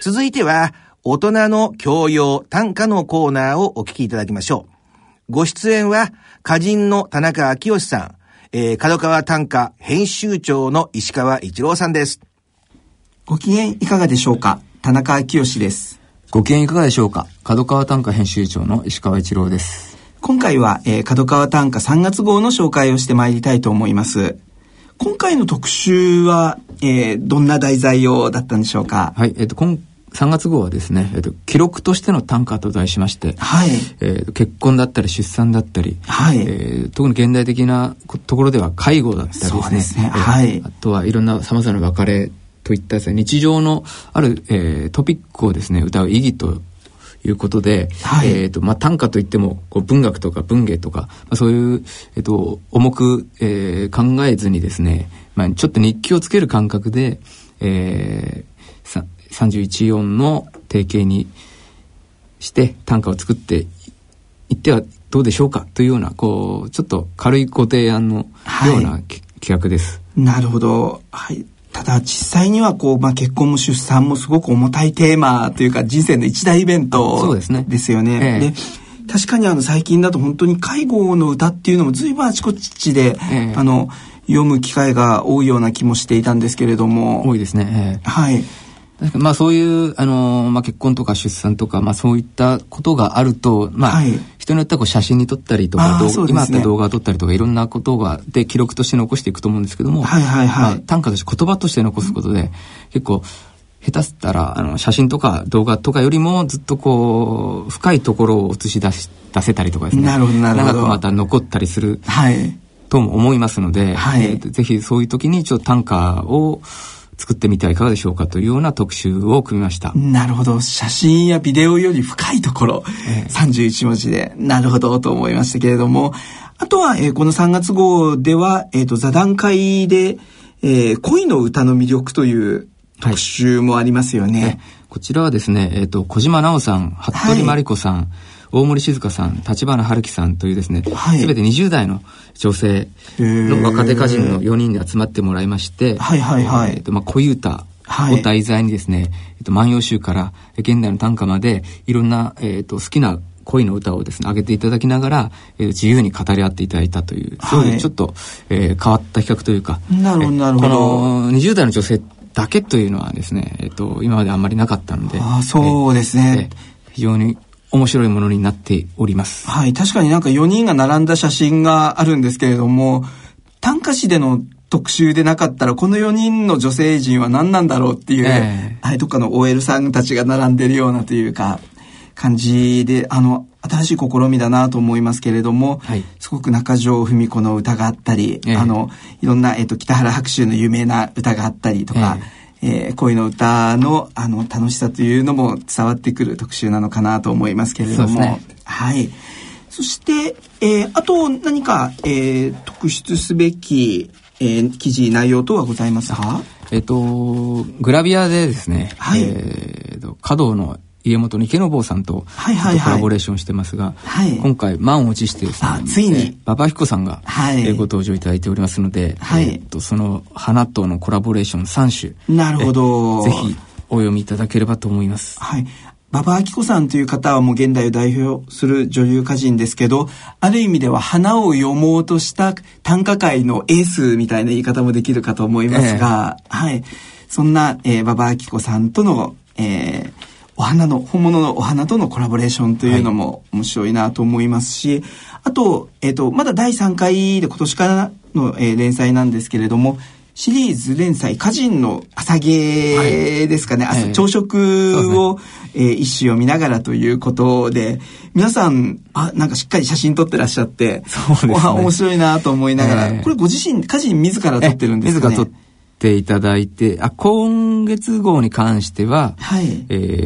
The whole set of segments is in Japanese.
続いては、大人の教養短歌のコーナーをお聞きいただきましょう。ご出演は、歌人の田中昭義さん、角川短歌編集長の石川一郎さんです。 ご機嫌いかがでしょうか。田中昭義です。 ご機嫌いかがでしょうか。角川短歌編集長の石川一郎です。 今回は、角川短歌3月号の紹介をしてまいりたいと思います。今回の特集は、どんな題材をだったんでしょうか。 はい、3月号はですね、記録としての短歌と題しまして、 はい、 結婚だったり出産だったり、 はい、 特に現代的なところでは介護だったりですね、 そうですね、はい、 あとはいろんな様々な別れといったですね、日常のある、トピックをですね歌う意義ということで、はい、短歌といってもこう文学とか文芸とか、そういう、重く、考えずにですね、ちょっと日記をつける感覚で、31音の定型にして短歌を作っていってはどうでしょうかというようなこうちょっと軽いご提案のような、はい、企画です。 なるほど、はい。ただ実際にはこう、結婚も出産もすごく重たいテーマというか人生の一大イベントですよね。で確かに最近だと本当に介護の歌っていうのも随分あちこちで、読む機会が多いような気もしていたんですけれども。 多いですね。 はい。 そういう結婚とか出産とか、そういったことがあると、はい、人によってはこう写真に撮ったりとか、今あった動画を撮ったりとかいろんなことがで記録として残していくと思うんですけども、 はいはいはい、 短歌として言葉として残すことで、結構下手したら写真とか動画とかよりもずっとこう深いところを映し出せたりとかですね、 なるほど長くまた残ったりする、 はい、 とも思いますので、 はい、 ぜひそういう時にちょっと短歌を作ってみてはいかがでしょうかというような特集を組みました。 なるほど。写真やビデオより深いところ、31文字でなるほどと思いましたけれども、あとは、この3月号では、座談会で、恋の歌の魅力という特集もありますよね。はい、 こちらはですね、小島奈緒さん、服部真理子さん、はい、大森静香さん、立花春樹さんというですね、はい、全て20代の女性の若手歌人の4人で集まってもらいまして、 はいはいはい、 恋歌を題材にですね、万葉集から現代の短歌までいろんな、好きな恋の歌をですね、上げていただきながら、自由に語り合っていただいたという、そういうちょっと、変わった企画というか、 なるほどなるほど。 この20代の女性だけというのはですね、今まであんまりなかったので、 そうですね、 非常に面白いものになっております。 はい、確かになんか4人が並んだ写真があるんですけれども、短歌誌での特集でなかったらこの4人の女性陣は何なんだろうっていう、はい、どっかの OL さんたちが並んでるようなというか感じで、新しい試みだなと思いますけれども、はい、すごく中条文子の歌があったり、いろんな、北原白秋の有名な歌があったりとか、恋の歌の楽しさというのも伝わってくる特集なのかなと思いますけれども、ね、はい。そして、あと何か、特筆すべき、記事内容等はございますか？ グラビアでですね、はい、華道の家元の池坊さんとコラボレーションしてますが、はい、今回満を持してですね、 ついに馬場彦さんが、はい、ご登場いただいておりますので、はい、その花とのコラボレーション3種、 なるほど、 ぜひお読みいただければと思います。 はい、馬場明子さんという方はもう現代を代表する女優歌人ですけど、ある意味では花を読もうとした短歌界のエースみたいな言い方もできるかと思いますが、はい、そんな、馬場明子さんとの、本物のお花とのコラボレーションというのも面白いなと思いますし、あと、まだ第3回で今年からの、連載なんですけれども、シリーズ連載歌人の朝芸ですかね、朝食を、一首を見ながらということで、皆さんなんかしっかり写真撮ってらっしゃって、 そうですね、 面白いなと思いながら、これご自身歌人自ら撮ってるんですかね？ 自ら撮っていただいて、今月号に関しては、はい、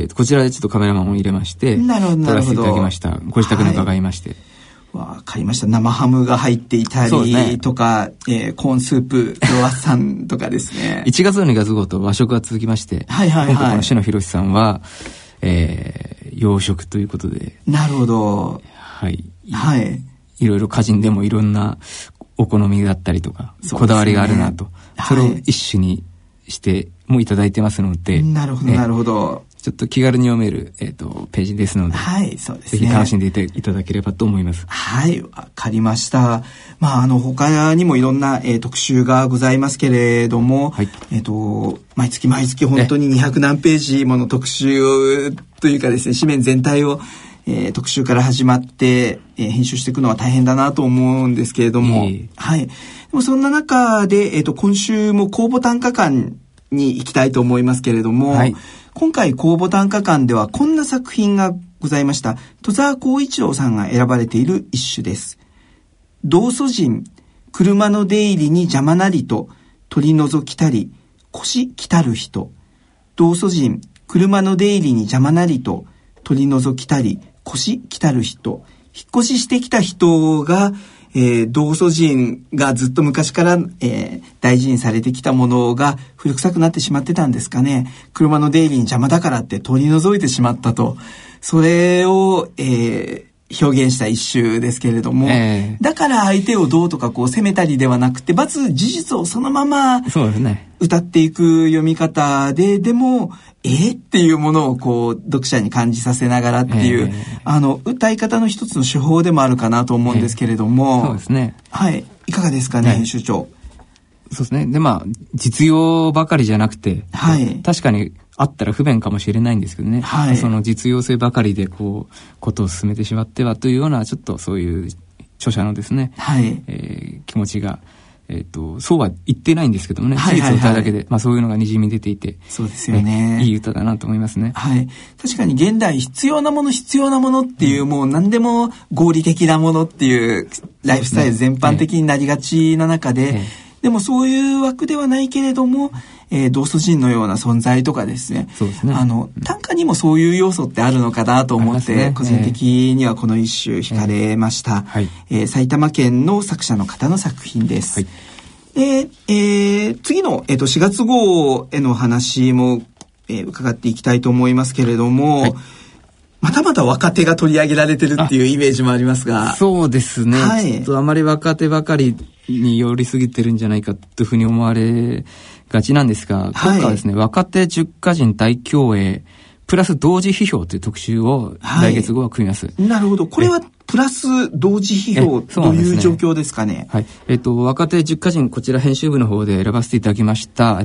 こちらでちょっとカメラマンを入れまして、 なるほど撮らせていただきました。ご自宅に伺いまして。 わかりました。生ハムが入っていたりとか、コーンスープ、クロワッサンとかですね。 1月の2月号と和食が続きまして、はいはいはい、今回この篠博さんは、洋食ということで。 なるほど。 はい。はい。いろいろ歌人でもいろんなお好みだったりとか、こだわりがあるなと。それを一種にしてもいただいてますので。 なるほど、なるほど。 ちょっと気軽に読める、ページですので、 はい、そうですね。 ぜひ楽しんでいただければと思います。 はい、わかりました。他にもいろんな、特集がございますけれども、はい、毎月本当に200何ページもの特集というかですね、紙面全体を、特集から始まって、編集していくのは大変だなと思うんですけれども、はい。でもそんな中で、今週も公募短歌館に行きたいと思いますけれども、はい、今回公募短歌館ではこんな作品がございました。戸沢光一郎さんが選ばれている一首です。道祖人、車の出入りに邪魔なりと取り除きたり腰来たる人。道祖人、車の出入りに邪魔なりと取り除きたり腰来たる人。引っ越ししてきた人が、道祖人がずっと昔から、大事にされてきたものが古臭くなってしまってたんですかね。車の出入りに邪魔だからって取り除いてしまったと。それを、表現した一首ですけれども、だから相手をどうとかこう責めたりではなくて、事実をそのまま歌っていく読み方で、でもっていうものをこう読者に感じさせながらっていう、歌い方の一つの手法でもあるかなと思うんですけれども、 そうですね。 はい、いかがですかね、編集長。 そうですね。で、実用ばかりじゃなくて、はい、確かにあったら不便かもしれないんですけどね、はい、その実用性ばかりでことを進めてしまってはというような、ちょっとそういう著者のですね、はい、気持ちが、そうは言ってないんですけどもね、事実を歌うだけで、そういうのがにじみ出ていて、 そうですよね。 いい歌だなと思いますね。 はい。確かに現代必要なものっていう、もう何でも合理的なものっていうライフスタイル全般的になりがちな中で、でもそういう枠ではないけれども、道祖人のような存在とかですね。 そうですね。 短歌にもそういう要素ってあるのかなと思って、個人的にはこの一首惹かれました。はい。埼玉県の作者の方の作品です。はい。で、次の、4月号への話も、伺っていきたいと思いますけれども、はい、またまた若手が取り上げられてるっていうイメージもありますが。 そうですね。はい。ちょっとあまり若手ばかりに寄りすぎてるんじゃないかというふうに思われがちなんですが、今回はですね、若手10歌人大競泳プラス同時批評という特集を来月号は組みます。 なるほど。これはプラス同時批評という状況ですかね。 はい。若手10歌人、こちら編集部の方で選ばせていただきました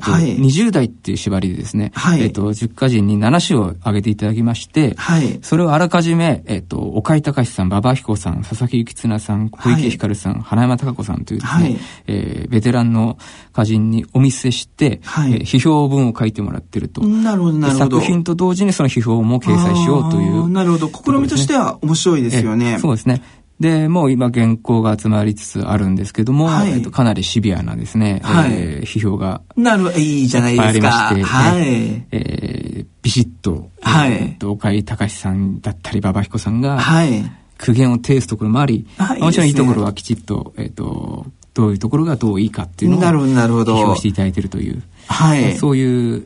。20代っていう縛りでですね、はい、10歌人に7首を挙げていただきまして、はい、それをあらかじめ、岡井隆さん、馬場彦さん、佐々木幸綱さん、小池光さん、花山貴子さんというですね、ベテランの歌人にお見せして、批評文を書いてもらってると。 なるほど、なるほど。 作品と同時にその批評も掲載しようという。 なるほど。試みとしては面白いですよね。 そうですね。で、もう今原稿が集まりつつあるんですけども、はい、かなりシビアなですね、はい、批評がなるほど、いいじゃないですか。 ありまして、はい、ビシッと、はい、岡井隆さんだったり馬場彦さんが、はい、苦言を呈すところもあり、はい、もちろんいいところはきちっと、どういうところがどういいかっていうのを批評していただいているという、はい、そういう、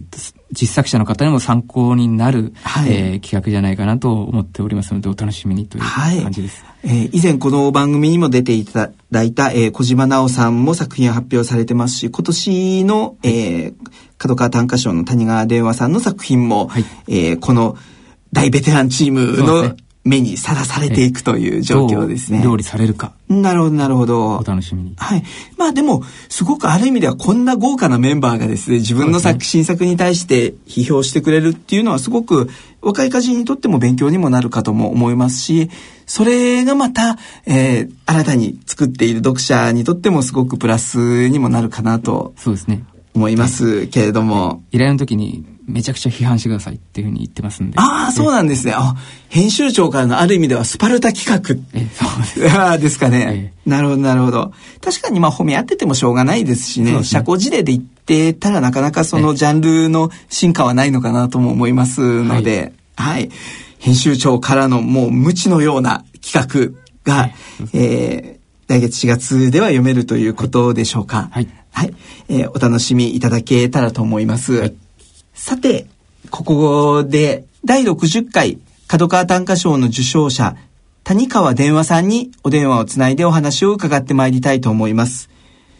実作者の方にも参考になる、はい、企画じゃないかなと思っておりますので、お楽しみにという感じです。 はい、以前この番組にも出ていただいた、小島直さんも作品を発表されてますし、今年の、角川短歌賞の谷川電話さんの作品も、はい、この大ベテランチームの目にさらされていくという状況ですね。 料理されるか。 なるほど、なるほど。 お楽しみに。 はい。でも、すごくある意味ではこんな豪華なメンバーがですね、自分の新作に対して批評してくれるっていうのはすごく若い歌人にとっても勉強にもなるかとも思いますし、それがまた、新たに作っている読者にとってもすごくプラスにもなるかなと。 そうですね。 思いますけれども。 依頼の時にめちゃくちゃ批判してくださいっていうふうに言ってますんで。 ああ、そうなんですね。編集長からのある意味ではスパルタ企画。そうですかね。なるほど、なるほど。確かに褒め合っててもしょうがないですしね。社交辞令で言ってたらなかなかそのジャンルの進化はないのかなとも思いますので、はい。編集長からのもう無知のような企画が、来月4月では読めるということでしょうか。はい。はい、お楽しみいただけたらと思います。はい、さて、ここで第60回角川短歌賞の受賞者谷川電話さんにお電話をつないでお話を伺ってまいりたいと思います。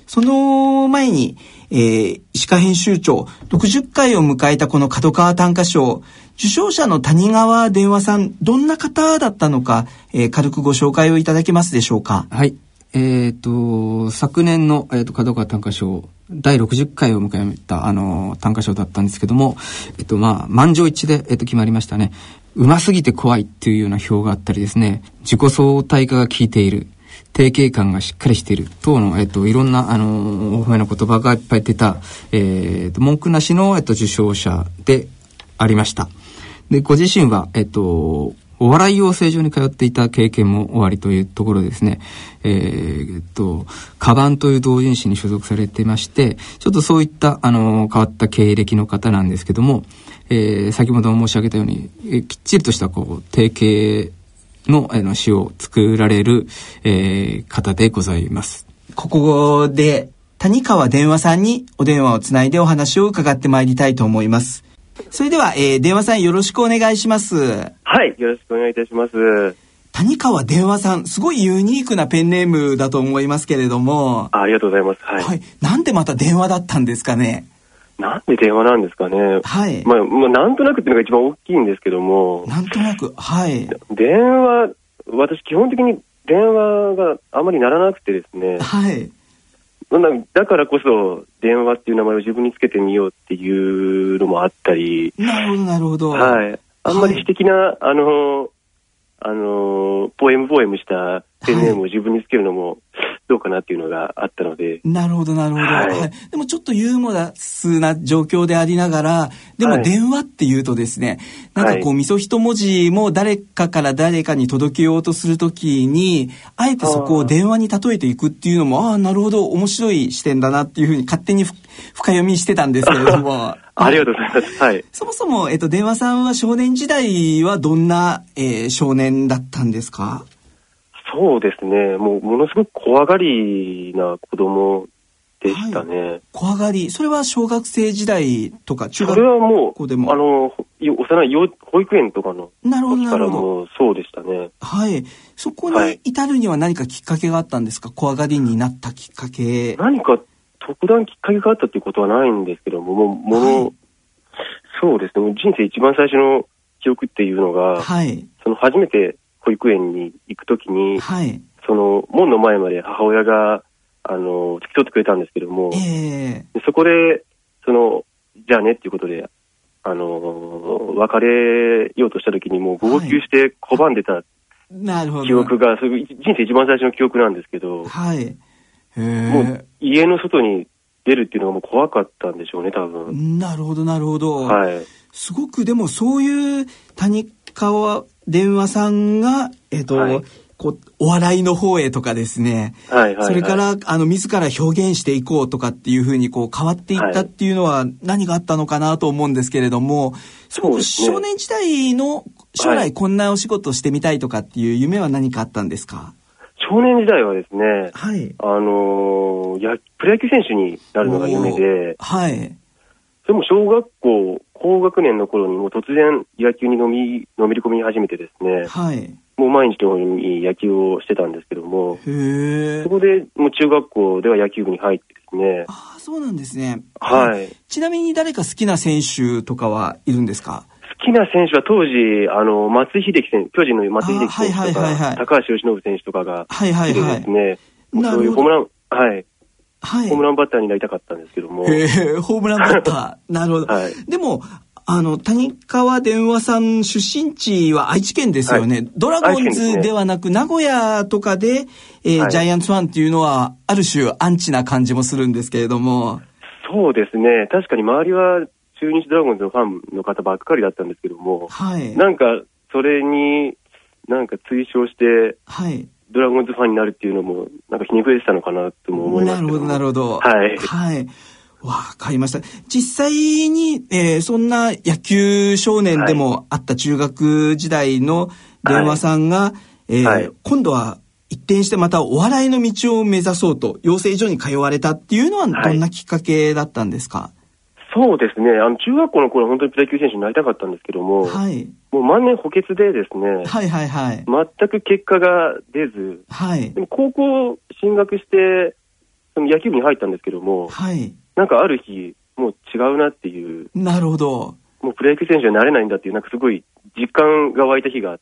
その前に、石川編集長、60回を迎えたこの角川短歌賞、受賞者の谷川伝和さん、どんな方だったのか、軽くご紹介をいただけますでしょうか。 はい。昨年の、角川短歌賞、第60回を迎えた、短歌賞だったんですけども、満場一致で、決まりましたね。うますぎて怖いっていうような表があったりですね、自己相対化が効いている。定型感がしっかりしている等の、いろんな、お褒めの言葉がいっぱい出た、文句なしの、受賞者でありました。で、ご自身は、お笑い養成所に通っていた経験もおありというところでですね、カバンという同人誌に所属されていまして、ちょっとそういった、変わった経歴の方なんですけども、先ほど申し上げたように、きっちりとした、定型の詩を作られる、方でございます。 ここで谷川伝和さんにお電話をつないでお話を伺ってまいりたいと思います。それでは、伝和さんよろしくお願いします。 はい、よろしくお願いいたします。 谷川伝和さん、すごいユニークなペンネームだと思いますけれども。 ありがとうございます。はい。 はい、なんでまた電話だったんですかね。 なんで電話なんですかね。 はい。 なんとなくっていうのが一番大きいんですけども。 なんとなく、はい。 電話、私基本的に電話があまりならなくてですね。 はい。 だからこそ電話っていう名前を自分につけてみようっていうのもあったり。 なるほどなるほど。 はい。あんまり詩的な、ポエムしたペンネームを自分につけるのもどうかなっていうのがあったので。 なるほどなるほど、 はいはい。でもちょっとユーモラスな状況でありながら、でも電話っていうとですね、なんかこうみそ一文字も誰かから誰かに届けようとするときに、あえてそこを電話に例えていくっていうのも、なるほど面白い視点だなっていうふうに勝手に深読みしてたんですけれども。 ありがとうございます。はい。 そもそも、伝和さんは少年時代はどんな、少年だったんですか？ そうですね。ものすごく怖がりな子供でしたね。はい、 怖がり。それは小学生時代とか中学校でも？ それはもう、幼い保育園とかの時からもそうでしたね。 はい。そこに至るには何かきっかけがあったんですか？怖がりになったきっかけ。 何か特段きっかけがあったっていうことはないんですけども、そうですね。人生一番最初の記憶っていうのが、 はい。 その初めて保育園に行くときに、 はい。 その門の前まで母親が付き添ってくれたんですけども、そこでじゃあねっていうことで別れようとしたときにもう号泣して拒んでた記憶が、それ人生一番最初の記憶なんですけど、 はい。 もう家の外に出るっていうのがもう怖かったんでしょうね、多分。 なるほどなるほど。 はい。 すごくでもそういう谷川伝和さんがはい、お笑いの方へとかですね、それから自ら表現していこうとかっていうふうに変わっていったっていうのは何があったのかなと思うんですけれども、すごく少年時代の将来こんなお仕事をしてみたいとかっていう夢は何かあったんですか？ 少年時代はですね、 はい、 プロ野球選手になるのが夢で、 はい、 それも小学校高学年の頃にもう突然野球にのめり込み始めてですね、 はい、 もう毎日のように野球をしてたんですけども、そこでもう中学校では野球部に入ってですね。 ああ、そうなんですね。 はい。 ちなみに誰か好きな選手とかはいるんですか？ 好きな選手は当時松井秀喜選手、巨人の松井秀喜選手とか、高橋由伸選手とかが好きでですね、そういうホームラン、はい。はい、ホームランバッターになりたかったんですけども。 ホームランバッター。なるほど。はい、でも、谷川伝和さん出身地は愛知県ですよね。はい、ドラゴンズではなく、名古屋とかで、ジャイアンツファンっていうのは、ある種アンチな感じもするんですけれども。 そうですね。確かに周りは中日ドラゴンズのファンの方ばっかりだったんですけども。 はい。 なんか、それに推奨して、 はい。 ドラゴンズファンになるっていうのもなんかひねくれてたのかなとも思いますけど。 なるほど。 はい。 はい。わかりました。実際に、そんな野球少年でもあった中学時代の伝和さんが、今度は一転してまたお笑いの道を目指そうと養成所に通われたっていうのはどんなきっかけだったんですか？ そうですね。中学校の頃は本当にプロ野球選手になりたかったんですけども、 はい、 もう万年補欠でですね、 はいはいはい、 全く結果が出ず、 はい、 でも高校進学して、 その野球部に入ったんですけども、 はい。 なんかある日、もう違うなっていう。 なるほど。 もうプロ野球選手にはなれないんだっていう、なんかすごい実感が湧いた日があって、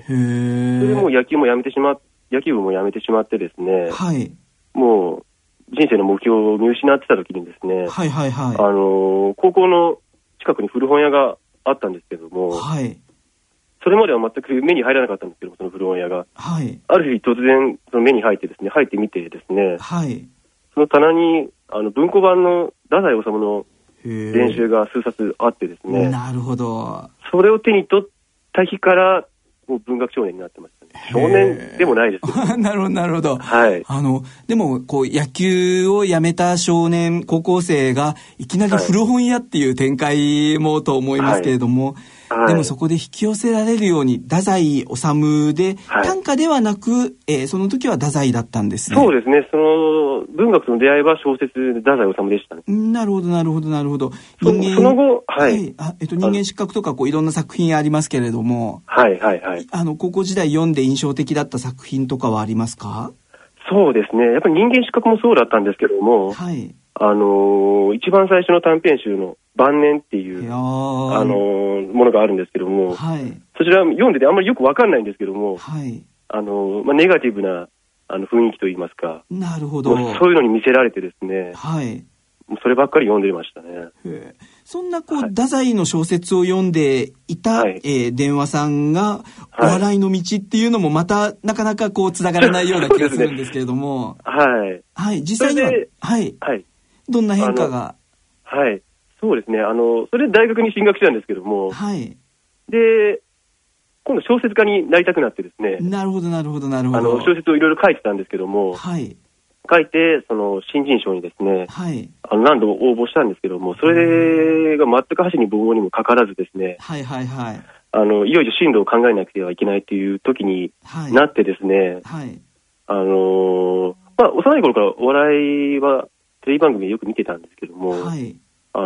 それでもう野球部もやめてしまってですね、 はい。 もう人生の目標を見失ってた時にですね、 はいはいはい。 高校の近くに古本屋があったんですけども、 はい。 それまでは全く目に入らなかったんですけども、その古本屋が。 はい。 ある日突然その目に入ってですね、入ってみてですね、 はい。 その棚に文庫版の太宰治の練習が数冊あってですね。 なるほど。 それを手に取った日からもう文学少年になってましたね。少年でもないですけど。 なるほどなるほど。 はい。 でもこう野球をやめた少年高校生がいきなり古本屋っていう展開もと思いますけれども、はい、でもそこで引き寄せられるように太宰治で、はい、短歌ではなく、その時は太宰だったんですね。 そうですね。その文学との出会いは小説で太宰治でしたね。 なるほどなるほどなるほど。 その後、はい。 人間失格とかこういろんな作品ありますけれども、 はいはいはい。 高校時代読んで印象的だった作品とかはありますか？ そうですね。やっぱり人間失格もそうだったんですけども、 はい。 一番最初の短編集の晩年っていうものがあるんですけども、 はい、 そちら読んでてあんまりよくわかんないんですけども、 はい、 ネガティブな雰囲気といいますか、 なるほど、 そういうのに見せられてですね、 はい、 そればっかり読んでましたね。 そんなこう、はい、太宰の小説を読んでいた、はい、電話さんがお笑いの道っていうのもまたなかなかこうつながらないような気がするんですけれども、 はい、 はい、実際にははい、はい、どんな変化が？ はい、そうですね。それで大学に進学したんですけども、 はい。 で、今度小説家になりたくなってですね。 なるほど、なるほど、なるほど。 小説をいろいろ書いてたんですけども、 はい。 書いて、新人賞にですね、 はい。 何度も応募したんですけども、それが全く箸に棒にもかからずですね、 はいはいはい。 いよいよ進路を考えなくてはいけないっていう時になってですね、 はい。 幼い頃からお笑いはテレビ番組でよく見てたんですけども、 はい。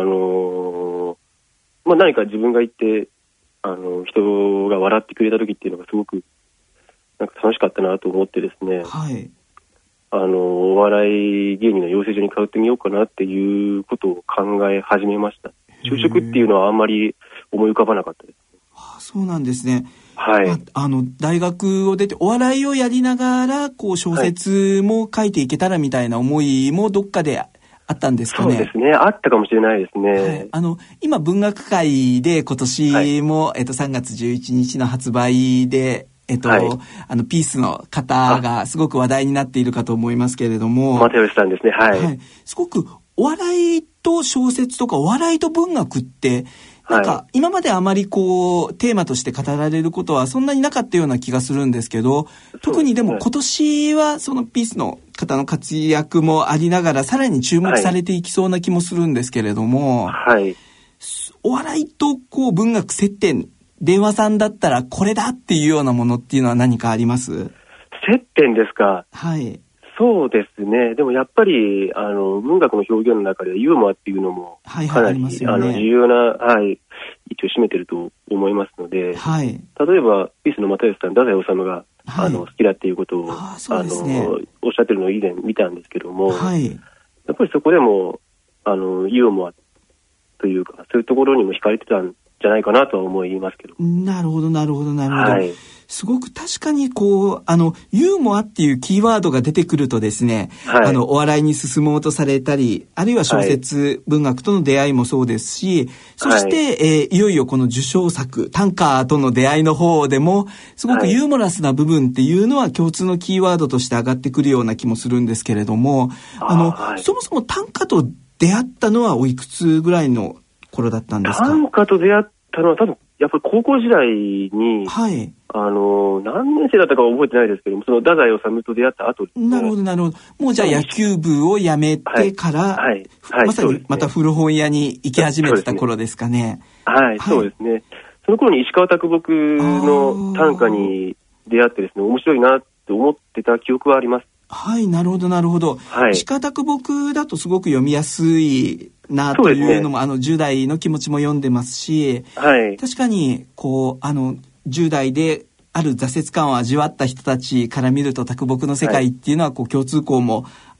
何か自分が言って、人が笑ってくれた時っていうのがすごく、なんか楽しかったなと思ってですね、 はい。 お笑い芸人の養成所に通ってみようかなっていうことを考え始めました。就職っていうのはあんまり思い浮かばなかったです。 そうなんですね。 はい。 大学を出てお笑いをやりながら、こう小説も書いていけたらみたいな思いもどっかであったんですかね。 そうですね。あったかもしれないですね。 はい、今文学界で今年も、はい、3月11日の発売で、はい、ピースの方がすごく話題になっているかと思いますけれども。 又吉さんですね。はい。 はい。すごくお笑いと小説とかお笑いと文学って、なんか今まであまりこうテーマとして語られることはそんなになかったような気がするんですけど、特にでも今年はそのピースの方の活躍もありながらさらに注目されていきそうな気もするんですけれども、 はい、 お笑いとこう文学接点、電話さんだったらこれだっていうようなものっていうのは何かあります？ 接点ですか。 はい。 そうですね。でもやっぱり文学の表現の中でユーモアっていうのもかなり、重要な、はい、位置を占めていると思いますので、 はい、 例えばピースの又吉さん、太宰治が、はい、好きだっていうことをそうですね、 おっしゃってるのを以前見たんですけども、 はい、 やっぱりそこでもユーモアというかそういうところにも惹かれてたんじゃないかなとは思いますけど。 なるほどなるほどなるほど。はい、すごく確かにこうユーモアっていうキーワードが出てくるとですね、はい、お笑いに進もうとされたり、あるいは小説、はい、文学との出会いもそうですし、そして、はい、いよいよこの受賞作短歌との出会いの方でもすごくユーモラスな部分っていうのは共通のキーワードとして上がってくるような気もするんですけれども、はい、そもそも短歌と出会ったのはおいくつぐらいの頃だったんですか？ 短歌と出会ったのは多分やっぱり高校時代に、 はい、 何年生だったかは覚えてないですけども、その太宰治と出会った後ですね。 なるほどなるほど。もうじゃあ野球部を辞めてから、はいはい、まさにまた古本屋に行き始めてた頃ですかね。 はい、そうですね。その頃に石川啄木の短歌に出会ってですね、面白いなって思ってた記憶はあります。 はい、なるほどなるほど。はい、石川啄木だとすごく読みやすいなというのも、10代の気持ちも読んでますし、 はい、 確かにこう10代である挫折感を味わった人たちから見ると啄木の世界っていうのはこう共通項も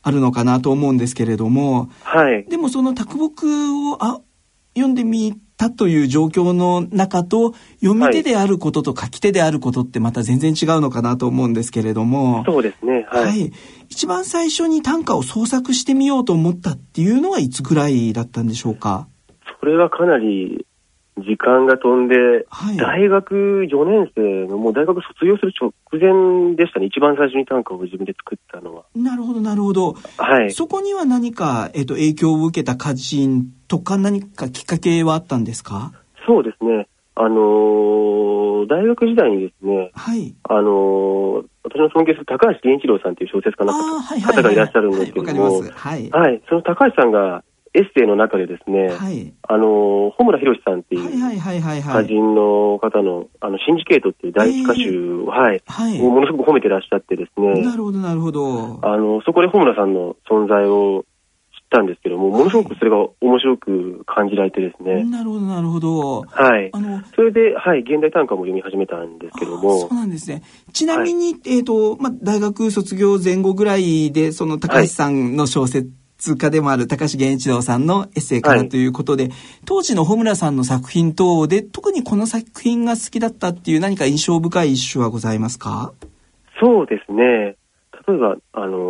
あるのかなと思うんですけれども、 はい。 でもその卓木を読んでみたという状況の中と、読み手であることと書き手であることってまた全然違うのかなと思うんですけれども。 そうですね。はい。はい、 一番最初に短歌を創作してみようと思ったっていうのはいつぐらいだったんでしょうか？ それはかなり時間が飛んで、はい、大学4年生のもう大学卒業する直前でしたね。一番最初に短歌を自分で作ったのは。 なるほどなるほど。 はい。 そこには何か、影響を受けた歌人とか何かきっかけはあったんですか？ そうですね。大学時代にですね、 はい。 私の尊敬する高橋源一郎さんという小説家の方がいらっしゃるんですけども、 はい。 はい。その高橋さんがエッセイの中でですね、はい、穂村弘さんっていう歌人の方のシンジケートっていう第一歌手を、はいはい、ものすごく褒めてらっしゃってですね。 なるほどなるほど。 そこで穂村さんの存在を知ったんですけども、ものすごくそれが面白く感じられてですね。 なるほどなるほど。 はい。それで、はい、現代短歌も読み始めたんですけども。 そうなんですね。ちなみに、はい、大学卒業前後ぐらいで、その高橋さんの小説、家でもある高橋源一郎さんのエッセイからということで、はい、当時の穂村さんの作品等で特にこの作品が好きだったっていう何か印象深い一首はございますか？ そうですね。例えば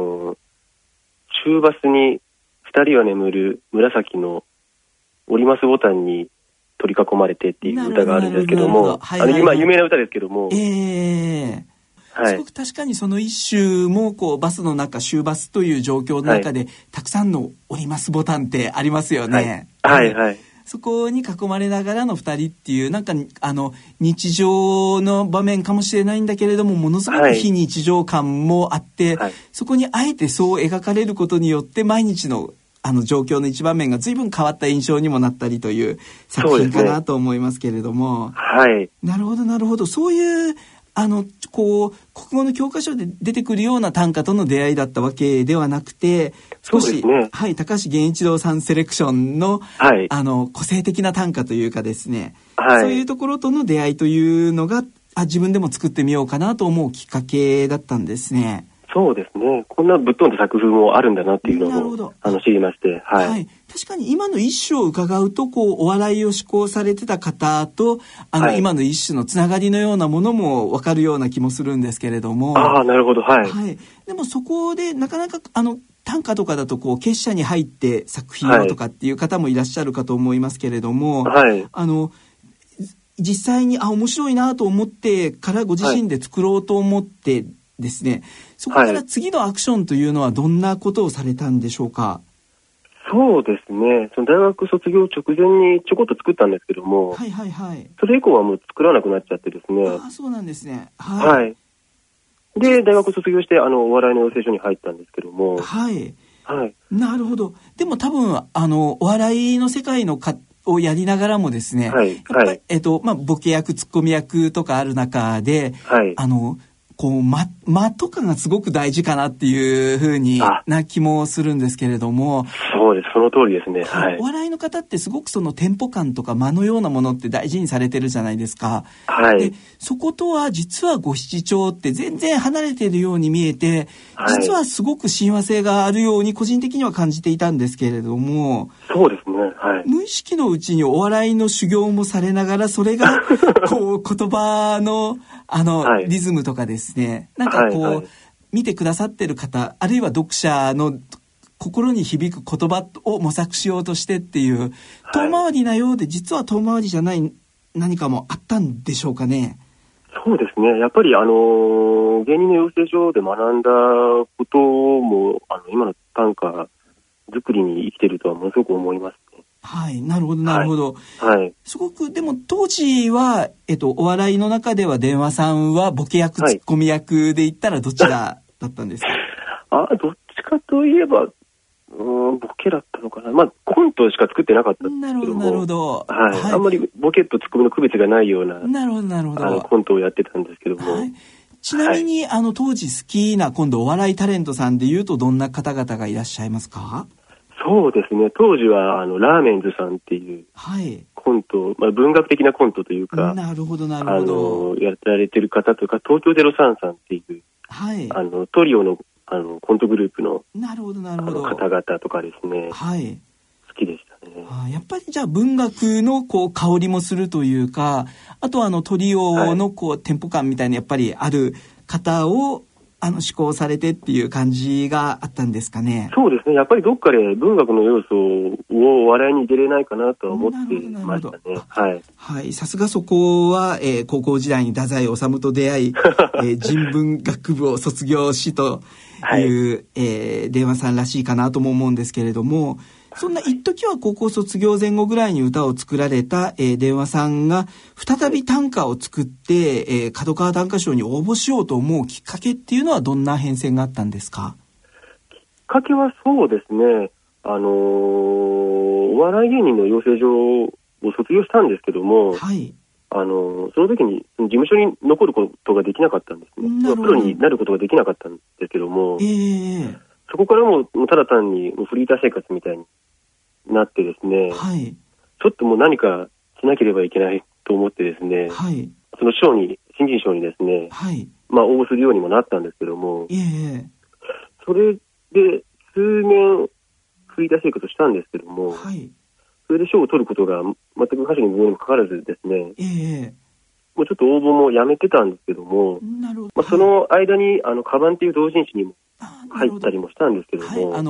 中バスに二人は眠る紫の折りますボタンに取り囲まれてっていう歌があるんですけども、今有名な歌ですけども、 すごく確かにその一首もこうバスの中、終バスという状況の中で、はい、たくさんの折りますボタンってありますよね。 はい、はい、はい。 そこに囲まれながらの二人っていう、なんか日常の場面かもしれないんだけれども、ものすごく非日常感もあって、はい、そこにあえてそう描かれることによって毎日の状況の一場面が随分変わった印象にもなったりという作品かなと思いますけれども。 はい。 なるほどなるほど。そういう国語の教科書で出てくるような短歌との出会いだったわけではなくて、少し、ね、はい、高橋源一郎さんセレクションの、はい、個性的な短歌というかですね、はい、そういうところとの出会いというのが、自分でも作ってみようかなと思うきっかけだったんですね。 そうですね。こんなぶっ飛んだ作風もあるんだなっていうのを知りまして、はい、はい。 確かに今の一首を伺うと、お笑いを志向されてた方とはい、今の一首のつながりのようなものも分かるような気もするんですけれども。 ああ、なるほど、はい。 はい。でもそこでなかなか短歌とかだと結社に入って作品をとかっていう方もいらっしゃるかと思いますけれども、はい、実際に面白いなと思ってからご自身で作ろうと思ってですね、そこから次のアクションというのはどんなことをされたんでしょうか？ そうですね。その大学卒業直前にちょこっと作ったんですけども、 はいはいはい。 それ以降はもう作らなくなっちゃってですね。 ああ、そうなんですね。 はい。はい、で、大学卒業してお笑いの養成所に入ったんですけども、 はい。 はい。 なるほど。でも多分お笑いの世界のをやりながらもですね、はい、やっぱり、ボケ役、ツッコミ役とかある中で、はい、間とかがすごく大事かなっていう風にな気もするんですけれども。 そうです。その通りですね。はい。 お笑いの方ってすごくそのテンポ感とか間のようなものって大事にされてるじゃないですか。 はい。 で、そことは実は五七調って全然離れているように見えて、はい、実はすごく親和性があるように個人的には感じていたんですけれども。 そうですね。はい。 無意識のうちにお笑いの修行もされながら、それが言葉のはい、リズムとかですね、なんかはいはい、見てくださってる方、あるいは読者の心に響く言葉を模索しようとしてっていう、遠回りなようで実は遠回りじゃない何かもあったんでしょうかね。 そうですね。やっぱり芸人の養成所で学んだことも今の短歌作りに生きてるとはものすごく思いますね。 はい、なるほどなるほど。 はい。 すごくでも当時はお笑いの中では電話さんはボケ役、ツッコミ役で言ったらどちらだったんですか？ どっちかといえばボケだったのかな。コントしか作ってなかったんですけども。 なるほど。 はい。はい、あんまりボケとツッコミの区別がないような。 なるほど。 コントをやってたんですけども。はい、 ちなみに、当時好きな今度お笑いタレントさんでいうとどんな方々がいらっしゃいますか？ そうですね。当時はラーメンズさんっていうコント、文学的なコントというか、 なるほどなるほど。 やられてる方とか、東京03さんっていう、はい、トリオのコントグループのなるほどなるほど方々とかですね、 はい、 好きでしたね。 やっぱりじゃあ文学のこう香りもするというか、あとはトリオのこうテンポ感みたいなやっぱりある方を思考されてっていう感じがあったんですかね。 そうですね。やっぱりどっかで文学の要素を笑いに出れないかなとは思ってましたね。はい。 はい。さすがそこは、高校時代に太宰治と出会い、人文学部を卒業しという、はい、電話さんらしいかなとも思うんですけれども、そんな一時は高校卒業前後ぐらいに歌を作られた、電話さんが再び短歌を作って、角川短歌賞に応募しようと思うきっかけっていうのはどんな変遷があったんですか？ きっかけはそうですね、お笑い芸人の養成所を卒業したんですけども、はい、その時に事務所に残ることができなかったんですね。プロになることができなかったんですけども、そこからもうただ単にフリーター生活みたいになってですね、はい、ちょっともう何かしなければいけないと思ってですね、はい、その賞に、新人賞にですね、はい、応募するようにもなったんですけども、それで数年フリーター生活をしたんですけども、はい、それで賞を取ることが全く歌手にもかかわらずですね、もうちょっと応募もやめてたんですけども、その間にカバンっていう同人誌にも入ったりもしたんですけども、 はい、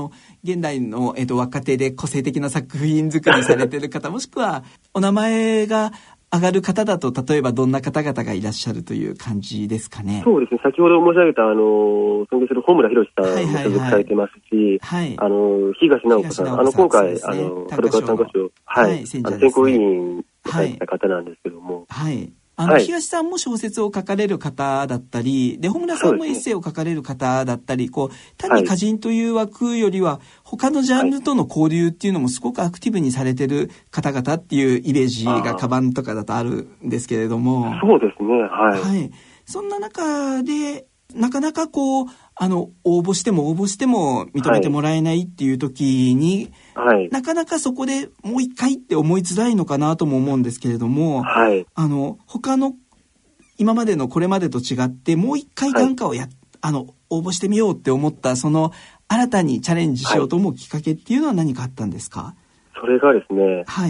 現代の、若手で個性的な作品作りされている方もしくはお名前が上がる方だと例えばどんな方々がいらっしゃるという感じですかね。 そうですね、先ほど申し上げた尊敬する穂村弘さんも所属されてますし、東直子さん、今回角川短歌賞、はい、選考委員をされた方なんですけども、はい、 東さんも小説を書かれる方だったりで、穂村さんもエッセイを書かれる方だったり、こう単に歌人という枠よりは他のジャンルとの交流っていうのもすごくアクティブにされてる方々っていうイメージがカバンとかだとあるんですけれども、 そうですね、はい、 はい、そんな中でなかなかこう応募しても認めてもらえないっていう時に、はい、なかなかそこでもう一回って思いづらいのかなとも思うんですけれども、はい、他の今までのこれまでと違ってもう一回短歌を応募してみようって思ったその新たにチャレンジしようと思うきっかけっていうのは何かあったんですか？ それがですね、はい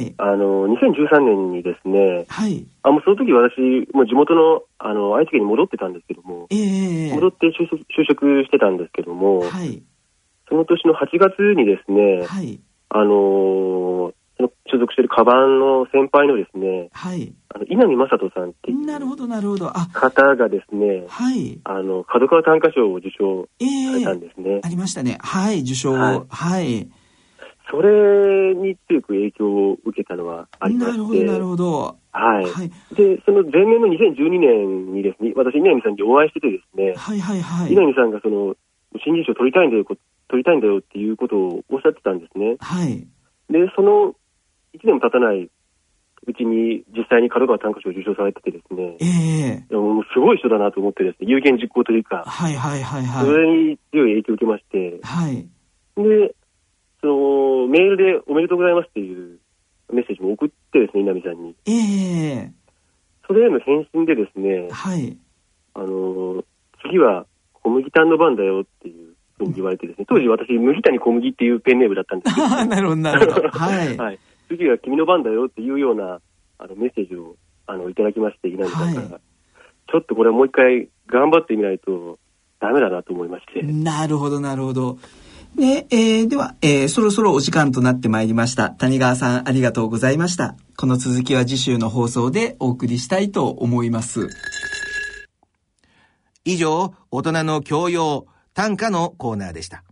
、2013年にですね、はい、もうその時私もう地元の愛知県に戻ってたんですけども、戻って就職してたんですけども、はい、その年の8月にですね、はい、所属しているカバンの先輩のですね、はい、稲見正人さんっていう方がですね、はい、角川短歌賞を受賞されたんですね。 ありましたね。はい、受賞を、はい、はい、 それに強く影響を受けたのはありまして、 なるほど、 はい、はい、でその前年の2012年にですね、私稲見さんにお会いしててですね、はいはいはい、稲見さんが新人賞取りたいんだよっていうことをおっしゃってたんですね。はい、でその1年も経たないうちに実際に角川短歌賞を受賞されててですね、もうすごい人だなと思ってですね、有言実行というか、はいはいはいはい、それに強い影響を受けまして、はい、でメールでおめでとうございますっていうメッセージも送ってですね、稲見さんに。それへの返信でですね、はい、次は小麦丹の番だよっていうふうに言われてですね、当時私麦谷小麦っていうペンネームだったんですけどなるほどなるほど、はい、はい、 次は君の番だよっていうようなメッセージをいただきまして、稲見さんから、はい、ちょっとこれはもう一回頑張ってみないとダメだなと思いまして。 なるほどなるほど。で、では、そろそろお時間となってまいりました。谷川さんありがとうございました。この続きは次週の放送でお送りしたいと思います。 以上、大人の教養短歌のコーナーでした。